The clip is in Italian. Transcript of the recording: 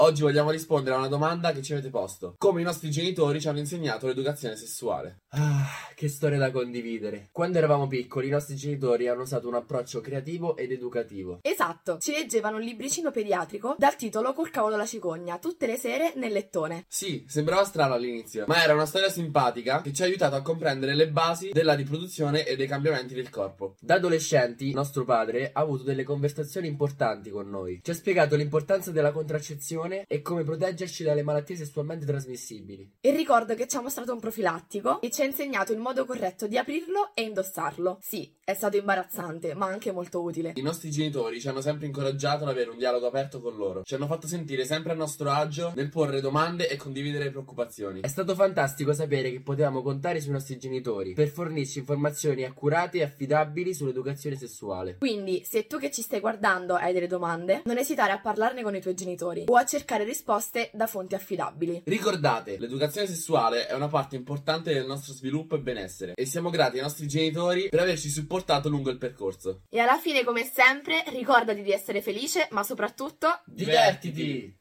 Oggi vogliamo rispondere a una domanda che ci avete posto: come i nostri genitori ci hanno insegnato l'educazione sessuale. Che storia da condividere. Quando eravamo piccoli, i nostri genitori hanno usato un approccio creativo ed educativo. Esatto, ci leggevano un libricino pediatrico dal titolo Col cavolo la cicogna, tutte le sere nel lettone. Sì, sembrava strano all'inizio, ma era una storia simpatica che ci ha aiutato a comprendere le basi della riproduzione e dei cambiamenti del corpo. Da adolescenti, nostro padre ha avuto delle conversazioni importanti con noi. Ci ha spiegato l'importanza della contraccezione e come proteggerci dalle malattie sessualmente trasmissibili. E ricordo che ci ha mostrato un profilattico e ci ha insegnato il modo corretto di aprirlo e indossarlo. Sì, è stato imbarazzante, ma anche molto utile. I nostri genitori ci hanno sempre incoraggiato ad avere un dialogo aperto con loro. Ci hanno fatto sentire sempre a nostro agio nel porre domande e condividere preoccupazioni. È stato fantastico sapere che potevamo contare sui nostri genitori per fornirci informazioni accurate e affidabili sull'educazione sessuale. Quindi, se tu che ci stai guardando hai delle domande, non esitare a parlarne con i tuoi genitori o a cercare risposte da fonti affidabili. Ricordate, l'educazione sessuale è una parte importante del nostro sviluppo e benessere e siamo grati ai nostri genitori per averci supportato lungo il percorso. E alla fine, come sempre, ricordati di essere felice, ma soprattutto Divertiti!